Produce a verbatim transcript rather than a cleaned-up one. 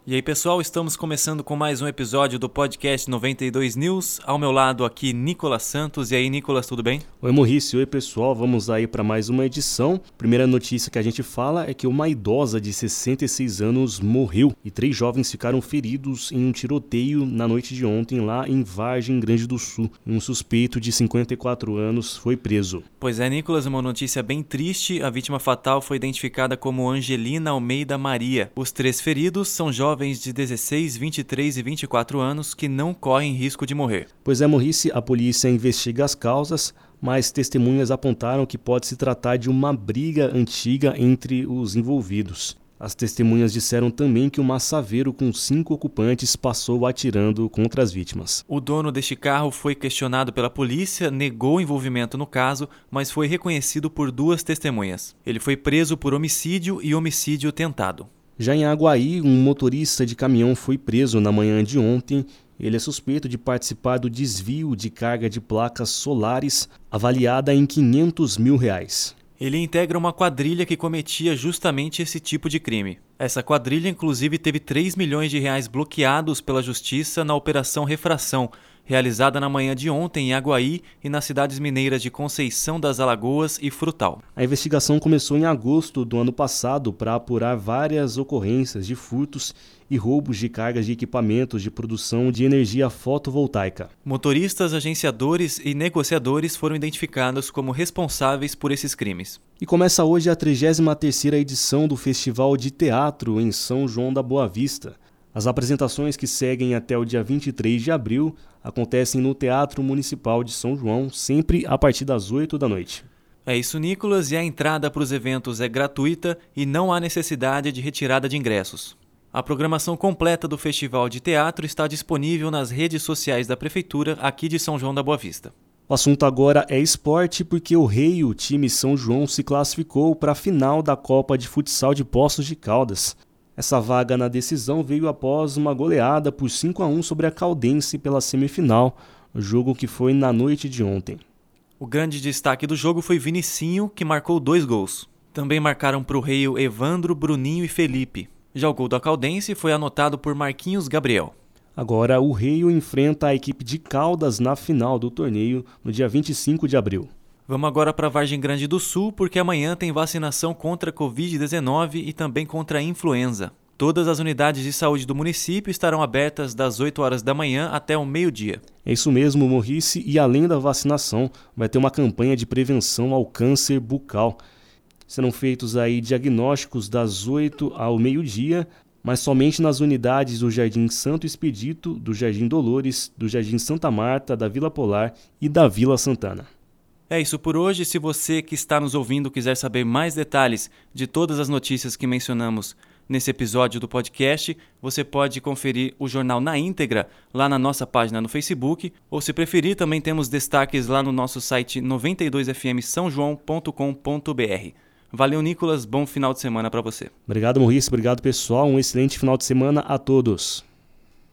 E aí pessoal, estamos começando com mais um episódio do podcast noventa e dois News. Ao meu lado aqui, Nicolas Santos. E aí, Nicolas, tudo bem? Oi, Maurício. Oi, pessoal. Vamos aí para mais uma edição. Primeira notícia que a gente fala é que uma idosa de sessenta e seis anos morreu e três jovens ficaram feridos em um tiroteio na noite de ontem lá em Vargem Grande do Sul. Um suspeito de cinquenta e quatro anos foi preso. Pois é, Nicolas, uma notícia bem triste. A vítima fatal foi identificada como Angelina Almeida Maria. Os três feridos são jovens de dezesseis, vinte e três e vinte e quatro anos que não correm risco de morrer. Pois é, Maurício, a polícia investiga as causas, mas testemunhas apontaram que pode se tratar de uma briga antiga entre os envolvidos. As testemunhas disseram também que o massaveiro com cinco ocupantes passou atirando contra as vítimas. O dono deste carro foi questionado pela polícia, negou envolvimento no caso, mas foi reconhecido por duas testemunhas. Ele foi preso por homicídio e homicídio tentado. Já em Aguaí, um motorista de caminhão foi preso na manhã de ontem. Ele é suspeito de participar do desvio de carga de placas solares avaliada em quinhentos mil reais. Ele integra uma quadrilha que cometia justamente esse tipo de crime. Essa quadrilha, inclusive, teve três milhões de reais bloqueados pela Justiça na Operação Refração, realizada na manhã de ontem em Aguaí e nas cidades mineiras de Conceição das Alagoas e Frutal. A investigação começou em agosto do ano passado para apurar várias ocorrências de furtos e roubos de cargas de equipamentos de produção de energia fotovoltaica. Motoristas, agenciadores e negociadores foram identificados como responsáveis por esses crimes. E começa hoje a trigésima terceira edição do Festival de Teatro em São João da Boa Vista. As apresentações, que seguem até o dia vinte e três de abril, acontecem no Teatro Municipal de São João, sempre a partir das oito da noite. É isso, Nicolas, e a entrada para os eventos é gratuita e não há necessidade de retirada de ingressos. A programação completa do Festival de Teatro está disponível nas redes sociais da Prefeitura aqui de São João da Boa Vista. O assunto agora é esporte, porque o Rei, o time São João, se classificou para a final da Copa de Futsal de Poços de Caldas. Essa vaga na decisão veio após uma goleada por cinco a um sobre a Caldense pela semifinal, jogo que foi na noite de ontem. O grande destaque do jogo foi Vinicinho, que marcou dois gols. Também marcaram para o Rei Evandro, Bruninho e Felipe. Já o gol da Caldense foi anotado por Marquinhos Gabriel. Agora o Rei enfrenta a equipe de Caldas na final do torneio no dia vinte e cinco de abril. Vamos agora para Vargem Grande do Sul, porque amanhã tem vacinação contra a covid dezenove e também contra a influenza. Todas as unidades de saúde do município estarão abertas das oito horas da manhã até o meio-dia. É isso mesmo, Maurício, e além da vacinação, vai ter uma campanha de prevenção ao câncer bucal. Serão feitos aí diagnósticos das oito ao meio-dia, mas somente nas unidades do Jardim Santo Expedito, do Jardim Dolores, do Jardim Santa Marta, da Vila Polar e da Vila Santana. É isso por hoje. Se você que está nos ouvindo quiser saber mais detalhes de todas as notícias que mencionamos nesse episódio do podcast, você pode conferir o jornal na íntegra lá na nossa página no Facebook, ou se preferir, também temos destaques lá no nosso site noventa e dois f m são joão ponto com ponto b r. Valeu, Nicolas. Bom final de semana para você. Obrigado, Maurício. Obrigado, pessoal. Um excelente final de semana a todos.